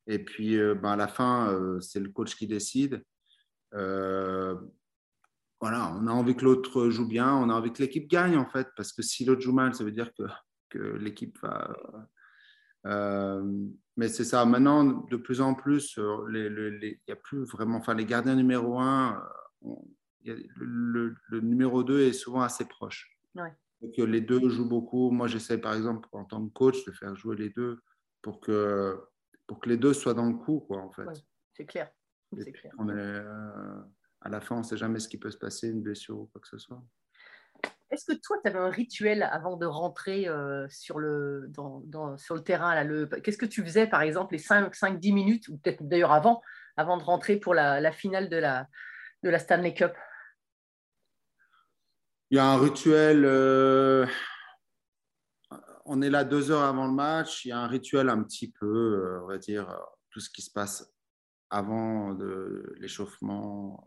Et puis, euh, ben, à la fin, euh, c'est le coach qui décide. Euh, voilà, on a envie que l'autre joue bien, on a envie que l'équipe gagne, en fait, parce que si l'autre joue mal, ça veut dire que, que l'équipe va. Euh, mais c'est ça. Maintenant, de plus en plus, il les, les, les, y a plus vraiment. Enfin, les gardiens numéro un, on, y a, le, le, le numéro deux est souvent assez proche. Ouais. Donc, les deux jouent beaucoup. Moi, j'essaie, par exemple, en tant que coach, de faire jouer les deux pour que, pour que les deux soient dans le coup, quoi, en fait. Ouais, c'est clair. C'est clair. On est, euh, à la fin, on ne sait jamais ce qui peut se passer, une blessure ou quoi que ce soit. Est-ce que toi, tu avais un rituel avant de rentrer euh, sur, le, dans, dans, sur le terrain là, le... Qu'est-ce que tu faisais, par exemple, les cinq dix minutes, ou peut-être d'ailleurs avant, avant de rentrer pour la, la finale de la, de la Stanley Cup? Il y a un rituel. Euh... On est là deux heures avant le match. Il y a un rituel un petit peu, euh, on va dire, euh, tout ce qui se passe avant de l'échauffement,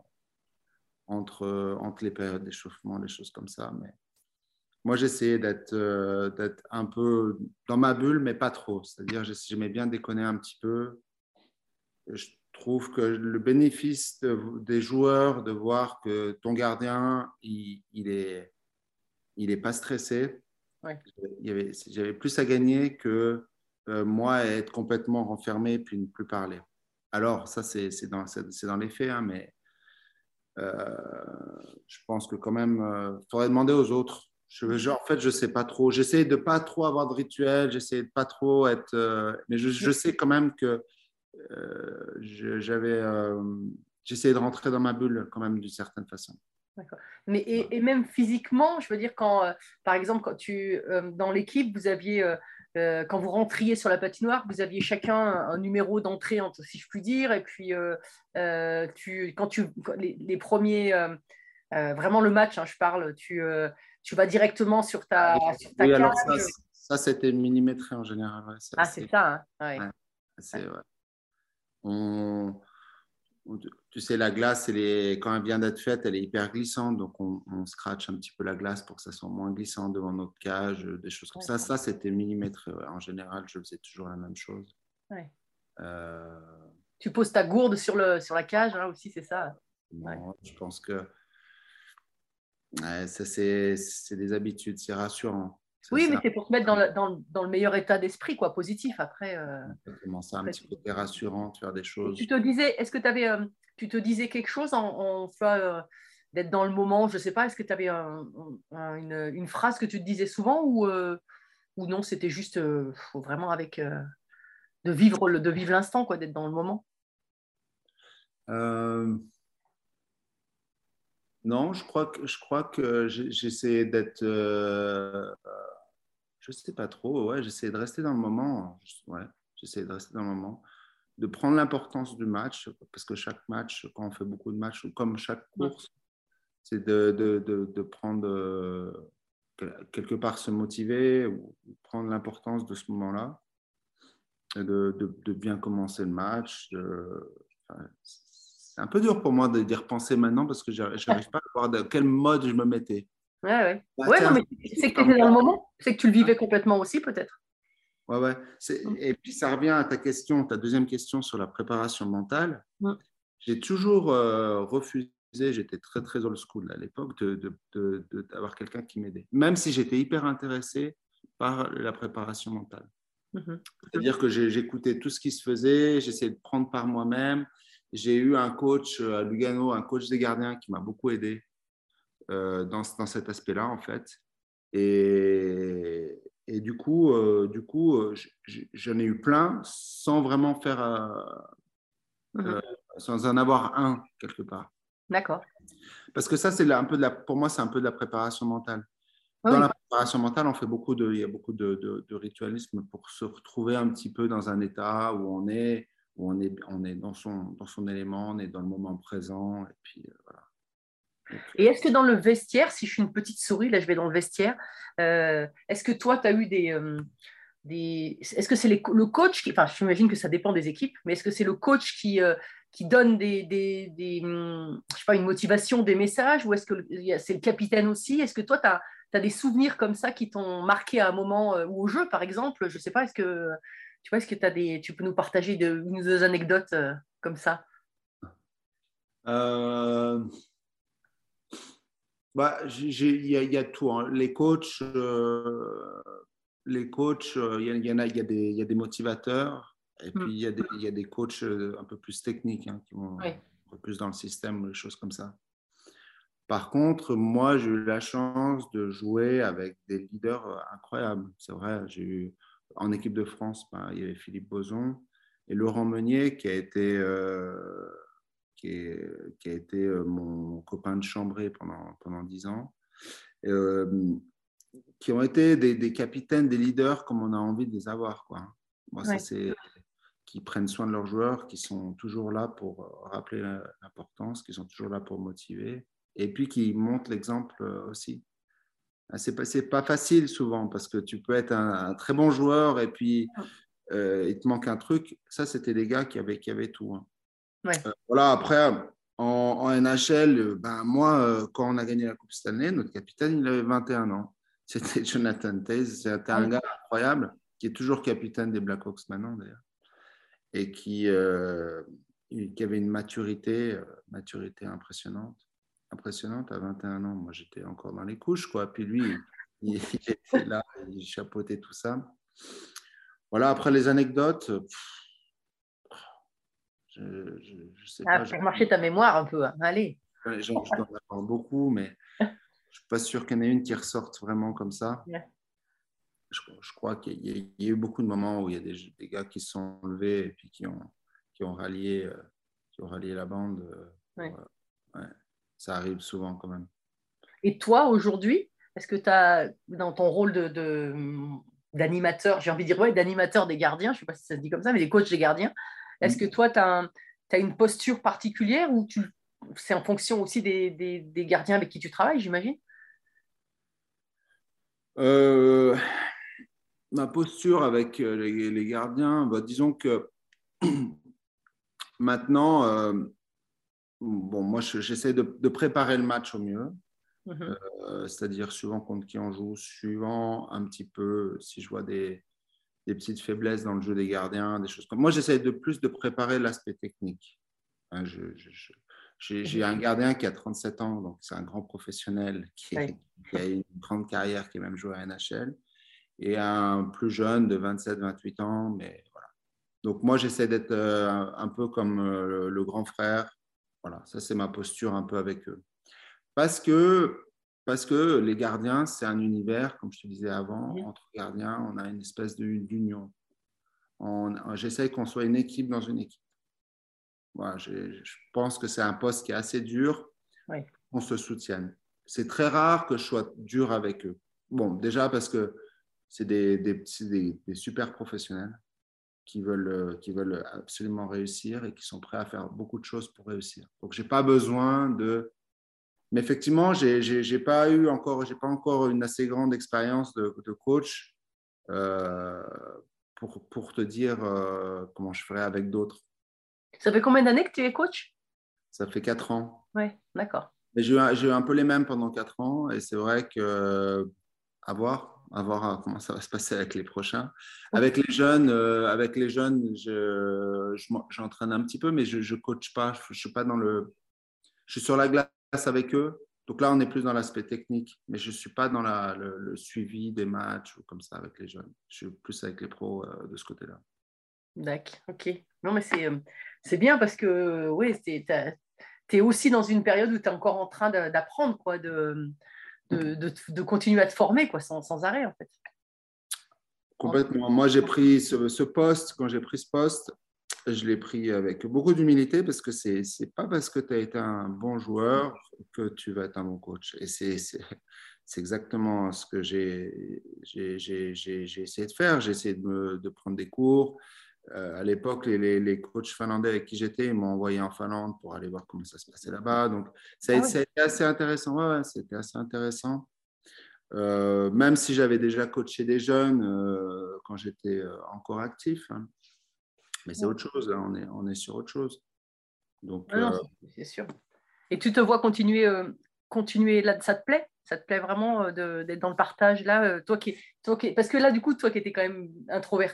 entre, entre les périodes d'échauffement, des choses comme ça. Mais moi, j'essayais d'être, euh, d'être un peu dans ma bulle, mais pas trop. C'est-à-dire, j'aimais bien déconner un petit peu. Je trouve que le bénéfice de, des joueurs de voir que ton gardien, il, il est, il est pas stressé. Ouais. Il y avait, j'avais plus à gagner que euh, moi à être complètement renfermé et puis ne plus parler. Alors, ça, c'est, c'est, dans, c'est, c'est dans les faits, hein, mais euh, je pense que quand même, il euh, faudrait demander aux autres. Je, je, en fait, je ne sais pas trop. J'essaie de ne pas trop avoir de rituel, j'essaie de ne pas trop être… Euh, mais je, je sais quand même que euh, je, j'avais… Euh, j'essayais de rentrer dans ma bulle quand même d'une certaine façon. D'accord. Mais et, et même physiquement, je veux dire, quand, euh, par exemple, quand tu, euh, dans l'équipe, vous aviez, euh, euh, quand vous rentriez sur la patinoire, vous aviez chacun un, un numéro d'entrée, si je puis dire, et puis euh, euh, tu, quand tu, les, les premiers, euh, euh, vraiment le match, hein, je parle, tu, euh, tu vas directement sur ta, sur ta oui, cage. Alors ça, ça, c'était millimétré en général. Ouais, ça, ah, c'est, c'est ça. Hein, ouais. Ouais, c'est, ouais. On… Tu sais, la glace, elle est, quand elle vient d'être faite, elle est hyper glissante. Donc, on, on scratch un petit peu la glace pour que ça soit moins glissant devant notre cage, des choses comme ouais. ça. Ça, c'était millimétré. Ouais. En général, je faisais toujours la même chose. Ouais. Euh... Tu poses ta gourde sur, le, sur la cage, hein, aussi, c'est ça? Ouais. Je pense que ouais, ça, c'est, c'est des habitudes, c'est rassurant. Ça, oui, mais c'est pour te mettre dans le, dans, dans le meilleur état d'esprit, quoi, positif. Après, euh, c'est un petit côté rassurant de faire des choses. Tu te disais, est-ce que tu avais, euh, tu te disais quelque chose en, en euh, d'être dans le moment? Je ne sais pas, est-ce que tu avais un, un, une, une phrase que tu te disais souvent ou, euh, ou non, c'était juste euh, vraiment avec euh, de vivre le, de vivre l'instant, quoi, d'être dans le moment? euh... Non, je crois que, je crois que j'essayais d'être… Euh, je ne sais pas trop, ouais, j'essayais de rester dans le moment. Ouais, j'essayais de rester dans le moment, de prendre l'importance du match, parce que chaque match, quand on fait beaucoup de matchs, ou comme chaque course, c'est de, de, de, de prendre, euh, quelque part se motiver, ou prendre l'importance de ce moment-là, et de, de, de bien commencer le match. De, enfin, c'est un peu dur pour moi d'y repenser maintenant parce que je n'arrive pas à voir de quel mode je me mettais. Ouais, ouais. Bah, ouais non, mais c'est que tu étais dans le moment, c'est que tu le vivais complètement aussi, peut-être. Ouais, ouais. C'est… Et puis ça revient à ta question, ta deuxième question sur la préparation mentale. Mm. J'ai toujours euh, refusé, j'étais très, très old school à l'époque, de, de, de, de, d'avoir quelqu'un qui m'aidait, même si j'étais hyper intéressé par la préparation mentale. Mm-hmm. C'est-à-dire que j'ai, j'écoutais tout ce qui se faisait, j'essayais de prendre par moi-même. J'ai eu un coach à Lugano, un coach des gardiens qui m'a beaucoup aidé euh, dans, dans cet aspect-là, en fait. Et, et du coup, euh, du coup euh, j'en ai eu plein sans vraiment faire… Euh, mm-hmm. euh, sans en avoir un, quelque part. D'accord. Parce que ça, c'est un peu de la, pour moi, c'est un peu de la préparation mentale. Dans oui. la préparation mentale, on fait beaucoup de, il y a beaucoup de, de, de ritualisme pour se retrouver un petit peu dans un état où on est… où on est, on est dans, son, dans son élément, on est dans le moment présent. Et, puis, euh, voilà. Donc, et est-ce que dans le vestiaire, si je suis une petite souris, là je vais dans le vestiaire, euh, est-ce que toi, tu as eu des… Euh, des est-ce que c'est les, le coach qui… Enfin, j'imagine que ça dépend des équipes, mais est-ce que c'est le coach qui, euh, qui donne des, des, des, je sais pas, une motivation, des messages, ou est-ce que c'est le capitaine aussi? Est-ce que toi, tu as des souvenirs comme ça qui t'ont marqué à un moment, ou au jeu, par exemple? Je ne sais pas, est-ce que… Tu vois, est-ce que t'as des, tu peux nous partager de, une ou deux anecdotes euh, comme ça? Euh, bah, j'ai- j'ai- il y, a- il y a tout, hein. Les coachs, euh, les coachs, euh, il y, a- il y en a, il y a des, il y a des motivateurs, et Mm. puis il y a des, il y a des coachs euh, un peu plus techniques, hein, qui vont Oui. un peu plus dans le système, ou des choses comme ça. Par contre, moi, j'ai eu la chance de jouer avec des leaders euh, incroyables. C'est vrai, j'ai eu en équipe de France, ben, il y avait Philippe Boson et Laurent Meunier qui a été, euh, qui est- qui a été euh, mon copain de chambrée pendant, pendant dix ans, euh, qui ont été des, des capitaines, des leaders comme on a envie de les avoir, quoi. Moi, ça, Ouais. c'est qui prennent soin de leurs joueurs, qui sont toujours là pour euh, rappeler la- l'importance, qui sont toujours là pour motiver, et puis qui montrent l'exemple euh, aussi. Ah, C'est pas, c'est pas facile souvent parce que tu peux être un, un très bon joueur et puis euh, il te manque un truc. Ça, c'était des gars qui avaient, qui avaient tout, hein. Ouais. Euh, voilà, après, en, en N H L, euh, ben, moi, euh, quand on a gagné la Coupe Stanley, notre capitaine, il avait vingt et un ans. C'était Jonathan Toews. C'était un gars incroyable qui est toujours capitaine des Blackhawks maintenant, d'ailleurs, et qui, euh, qui avait une maturité, euh, maturité impressionnante. Impressionnante à vingt et un ans. Moi, j'étais encore dans les couches, quoi. Puis lui, il, il était là, il chapeautait tout ça. Voilà, après les anecdotes, pff, je ne sais Ah, pas. pour marcher ta mémoire un peu, hein. Allez. Je, je dois en avoir beaucoup, mais je ne suis pas sûr qu'il y en ait une qui ressorte vraiment comme ça. Ouais. Je, je crois qu'il y, a, il y a eu beaucoup de moments où il y a des, des gars qui se sont levés et puis qui ont, qui ont, rallié, euh, qui ont rallié la bande. Euh, Ouais. pour, euh, ouais. Ça arrive souvent quand même. Et toi, aujourd'hui, est-ce que tu as, dans ton rôle de, de, d'animateur, j'ai envie de dire, ouais, d'animateur des gardiens, je ne sais pas si ça se dit comme ça, mais des coachs des gardiens, est-ce que toi, tu as, as une posture particulière ou tu, c'est en fonction aussi des, des, des gardiens avec qui tu travailles, j'imagine? euh, Ma posture avec les, les gardiens, bah, disons que maintenant, euh, bon, moi, je, j'essaie de, de préparer le match au mieux. Mm-hmm. Euh, c'est-à-dire suivant contre qui on joue, suivant un petit peu si je vois des, des petites faiblesses dans le jeu des gardiens, des choses comme. Moi, j'essaie de plus de préparer l'aspect technique. Hein, je, je, je, j'ai, j'ai un gardien qui a trente-sept ans, donc c'est un grand professionnel qui, est, Ouais. qui a une grande carrière, qui a même joué à N H L, et un plus jeune de vingt-sept vingt-huit ans, mais voilà. Donc moi, j'essaie d'être euh, un, un peu comme euh, le, le grand frère. Voilà, ça c'est ma posture un peu avec eux. Parce que, parce que les gardiens, c'est un univers, comme je te disais avant, Mm-hmm. entre gardiens, on a une espèce de, d'union. On, j'essaie qu'on soit une équipe dans une équipe. Voilà, je, je pense que c'est un poste qui est assez dur, Ouais. qu'on se soutienne. C'est très rare que je sois dur avec eux. Bon, déjà parce que c'est des, des, des, des super professionnels qui veulent, qui veulent absolument réussir et qui sont prêts à faire beaucoup de choses pour réussir. Donc, je n'ai pas besoin de... Mais effectivement, j'ai, j'ai, j'ai pas eu encore, j'ai pas encore une assez grande expérience de, de coach euh, pour, pour te dire euh, comment je ferais avec d'autres. Ça fait combien d'années que tu es coach? Ça fait quatre ans. Oui, d'accord. Mais j'ai, eu, j'ai eu un peu les mêmes pendant quatre ans et c'est vrai que à voir, à voir comment ça va se passer avec les prochains. Avec les jeunes, euh, avec les jeunes, je, je, j'entraîne un petit peu, mais je ne coach pas. Je, je suis pas dans le, je suis sur la glace avec eux. Donc là, on est plus dans l'aspect technique, mais je ne suis pas dans la, le, le suivi des matchs ou comme ça avec les jeunes. Je suis plus avec les pros euh, de ce côté-là. D'accord, ok. Non, mais c'est, c'est bien parce que oui, tu es aussi dans une période où tu es encore en train de, d'apprendre, quoi, de, de, de, de continuer à te former, quoi, sans, sans arrêt, en fait. Complètement. Moi, j'ai pris ce, ce poste, quand j'ai pris ce poste, je l'ai pris avec beaucoup d'humilité parce que c'est c'est pas parce que tu as été un bon joueur que tu vas être un bon coach. Et c'est, c'est, c'est exactement ce que j'ai, j'ai, j'ai, j'ai, j'ai essayé de faire. J'ai essayé de, me, de prendre des cours. Euh, à l'époque, les, les, les coachs finlandais avec qui j'étais, ils m'ont envoyé en Finlande pour aller voir comment ça se passait là-bas. Donc, ça, ah ouais. ça a été assez intéressant. Ouais, ouais, c'était assez intéressant. Euh, même si j'avais déjà coaché des jeunes euh, quand j'étais encore actif. Hein. Mais c'est autre chose, là. on, est, on est sur autre chose. Donc, ah non, euh... c'est sûr. Et tu te vois continuer, euh, continuer là, ça te plaît? Ça te plaît vraiment euh, de, d'être dans le partage là, euh, toi qui, toi qui, parce que là, du coup, toi qui étais quand même introverti,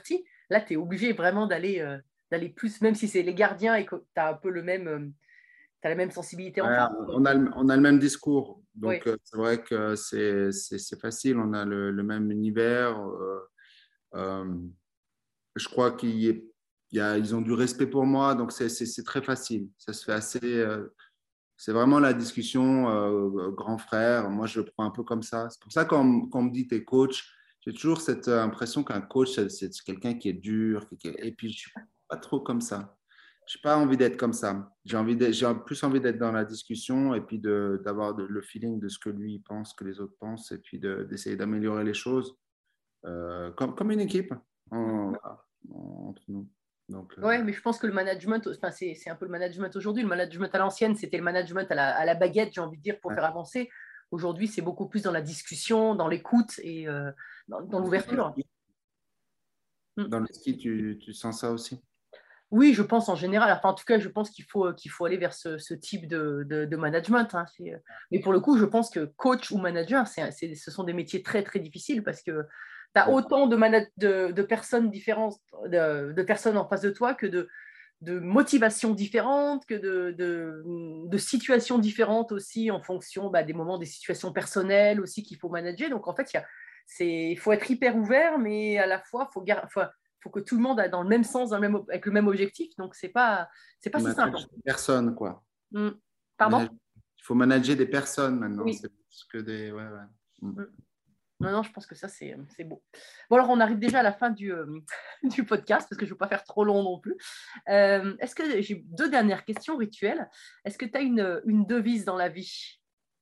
là, tu es obligé vraiment d'aller, euh, d'aller plus, même si c'est les gardiens et que tu as un peu le même, euh, t'as la même sensibilité en Ouais, face. on, a le, on a le même discours. Donc, Oui. euh, c'est vrai que c'est, c'est, c'est facile. On a le, le même univers. Euh, euh, je crois qu'il y est, il y a, ils ont du respect pour moi. Donc, c'est, c'est, c'est très facile. Ça se fait assez. Euh, c'est vraiment la discussion euh, grand frère. Moi, je le prends un peu comme ça. C'est pour ça, quand, quand on me dit t'es coach, j'ai toujours cette impression qu'un coach, c'est, c'est quelqu'un qui est dur. Qui est... Et puis, je ne suis pas trop comme ça. Je n'ai pas envie d'être comme ça. J'ai, envie d'être, j'ai plus envie d'être dans la discussion et puis de, d'avoir de, le feeling de ce que lui pense, que les autres pensent, et puis de, d'essayer d'améliorer les choses euh, comme, comme une équipe en, en, entre nous. Donc, euh... Oui, mais je pense que le management, enfin, c'est, c'est un peu le management aujourd'hui. Le management à l'ancienne, c'était le management à la, à la baguette, j'ai envie de dire, pour ouais. faire avancer. Aujourd'hui, c'est beaucoup plus dans la discussion, dans l'écoute et euh, dans, dans l'ouverture. Dans le ski, tu, tu sens ça aussi? Oui, je pense en général. Enfin, en tout cas, je pense qu'il faut, qu'il faut aller vers ce, ce type de, de, de management. Hein. C'est... Mais pour le coup, je pense que coach ou manager, c'est, c'est, ce sont des métiers très, très difficiles parce que tu as autant de, mana- de, de personnes différentes, de, de personnes en face de toi que de, de motivations différentes, que de, de, de situations différentes aussi en fonction bah, des moments, des situations personnelles aussi qu'il faut manager. Donc, en fait, il y a, c'est, il faut être hyper ouvert, mais à la fois, il faut garder... Faut, faut que tout le monde aille dans le même sens, dans le même, avec le même objectif. Donc, ce n'est pas, c'est pas si simple. Des personnes, quoi. Mm. Pardon ? Il faut manager des personnes maintenant. Oui. C'est plus que des... Ouais, ouais. Mm. Mm. Non, non, je pense que ça, c'est, c'est beau. Bon, alors, on arrive déjà à la fin du, euh, du podcast, parce que je ne veux pas faire trop long non plus. Euh, est-ce que j'ai deux dernières questions rituelles. Est-ce que tu as une, une devise dans la vie ?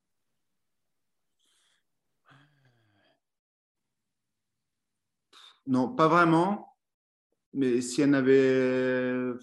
Non, pas vraiment. Mais si elle avait...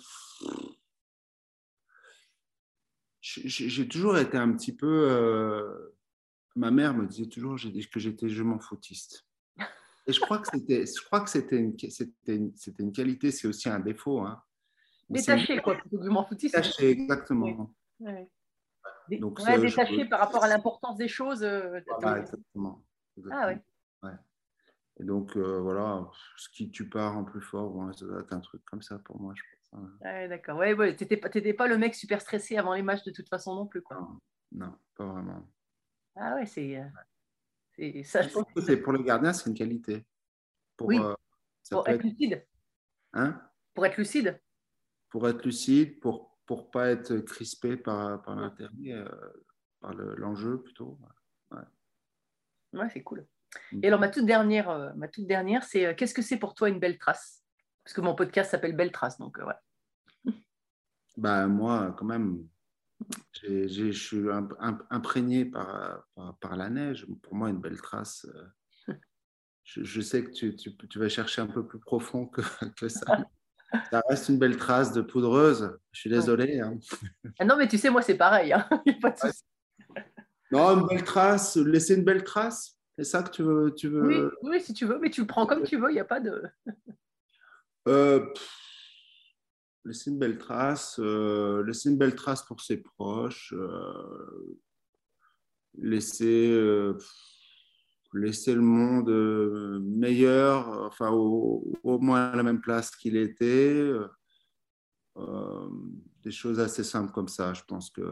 J'ai toujours été un petit peu... Euh... Ma mère me disait toujours que j'étais je m'en foutiste. Et je crois que c'était, je crois que c'était, une, c'était, une, c'était une qualité, c'est aussi un défaut. Hein. Détaché, une... quoi, plutôt que je m'en foutiste. Détaché, exactement. Ouais. Ouais. Dé... Donc, ouais, ça, détaché je... par rapport à l'importance des choses. Euh, voilà, exactement. exactement. Ah ouais. Ouais. Et donc, euh, voilà, ce qui tu pars en plus fort, bon, ça doit être un truc comme ça pour moi, je pense. Hein. Ouais, d'accord. Ouais, ouais. Tu n'étais pas le mec super stressé avant les matchs de toute façon non plus. Quoi. Non, non, pas vraiment. Ah ouais, c'est... Euh, c'est ça, je pense que c'est, pour les gardiens, c'est une qualité. Pour, oui, euh, pour être être... lucide. Hein? Pour être lucide. Pour être lucide, pour ne pas être crispé par, par l'intérêt, euh, par le, l'enjeu plutôt. Ouais, ouais c'est cool. Et alors, ma toute dernière, euh, ma toute dernière c'est euh, qu'est-ce que c'est pour toi une belle trace ? Parce que mon podcast s'appelle Belle Trace, donc euh, ouais. Bah, moi, quand même, j'ai, j'ai, je suis imprégné par, par, par la neige. Pour moi, une belle trace, euh, je, je sais que tu, tu, tu vas chercher un peu plus profond que, que ça. Ça reste une belle trace de poudreuse. Je suis désolé. Hein. Ah non, mais tu sais, moi, c'est pareil. Hein. Il n'y a pas de souci. Non, une belle trace, laisser une belle trace. C'est ça que tu veux, tu veux... Oui, oui, si tu veux, mais tu le prends comme tu veux, il n'y a pas de... euh, pff, laisser une belle trace, euh, laisser une belle trace pour ses proches, euh, laisser, euh, laisser le monde meilleur, enfin au, au moins à la même place qu'il était, euh, des choses assez simples comme ça. Je pense que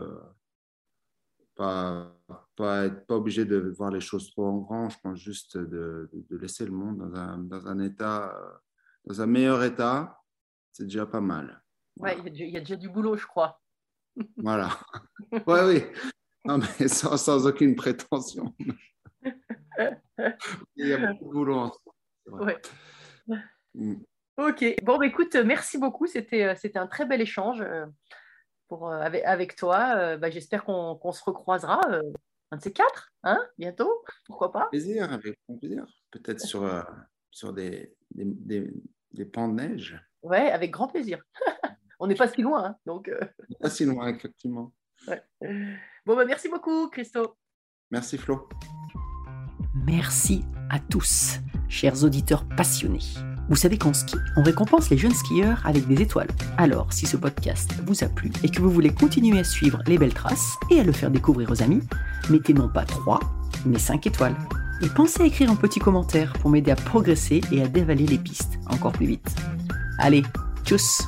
pas pas être pas obligé de voir les choses trop en grand. Je pense juste de, de, de laisser le monde dans un dans un état, dans un meilleur état. C'est déjà pas mal. Voilà. Ouais, il y, y a déjà du boulot, je crois. Voilà. Ouais, oui. Non, mais sans, sans aucune prétention. Il y a beaucoup de boulot en soi. Ouais. Mm. Ok. Bon, bah, écoute, merci beaucoup. C'était, c'était un très bel échange pour, avec, avec toi. Bah, j'espère qu'on, qu'on se recroisera euh, un de ces quatre, hein, bientôt. Pourquoi pas ? Plaisir, avec plaisir. Peut-être sur, euh, sur des, des, des, des pans de neige. Ouais, avec grand plaisir. On n'est pas si loin, hein, donc. Euh... Pas si loin, effectivement. Ouais. Bon, bah, merci beaucoup, Christo. Merci, Flo. Merci à tous, chers auditeurs passionnés. Vous savez qu'en ski, on récompense les jeunes skieurs avec des étoiles. Alors, si ce podcast vous a plu et que vous voulez continuer à suivre les belles traces et à le faire découvrir aux amis, mettez non pas trois, mais cinq étoiles. Et pensez à écrire un petit commentaire pour m'aider à progresser et à dévaler les pistes encore plus vite. Allez, tchuss!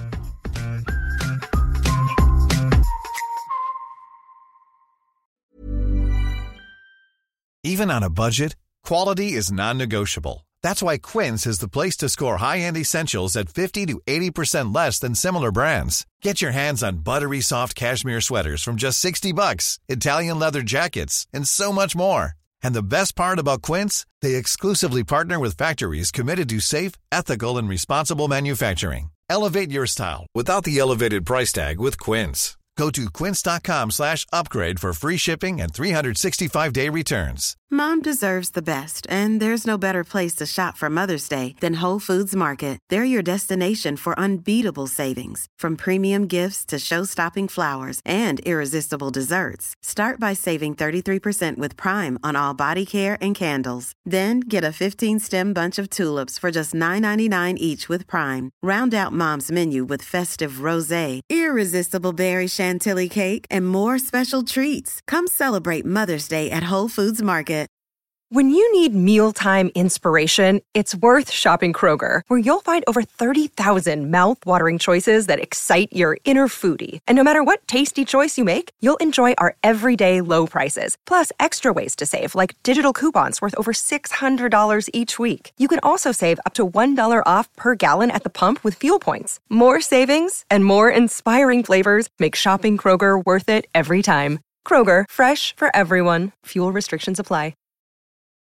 Even on a budget, quality is non-negotiable. That's why Quince is the place to score high-end essentials at fifty to eighty percent less than similar brands. Get your hands on buttery soft cashmere sweaters from just sixty bucks, Italian leather jackets, and so much more. And the best part about Quince, they exclusively partner with factories committed to safe, ethical, and responsible manufacturing. Elevate your style without the elevated price tag with Quince. Go to quince.com slash upgrade for free shipping and three sixty-five day returns. Mom deserves the best, and there's no better place to shop for Mother's Day than Whole Foods Market. They're your destination for unbeatable savings, from premium gifts to show-stopping flowers and irresistible desserts. Start by saving thirty-three percent with Prime on all body care and candles. Then get a fifteen-stem bunch of tulips for just nine ninety-nine each with Prime. Round out Mom's menu with festive rosé, irresistible berry chantilly cake, and more special treats. Come celebrate Mother's Day at Whole Foods Market. When you need mealtime inspiration, it's worth shopping Kroger, where you'll find over thirty thousand mouth-watering choices that excite your inner foodie. And no matter what tasty choice you make, you'll enjoy our everyday low prices, plus extra ways to save, like digital coupons worth over six hundred dollars each week. You can also save up to one dollar off per gallon at the pump with fuel points. More savings and more inspiring flavors make shopping Kroger worth it every time. Kroger, fresh for everyone. Fuel restrictions apply.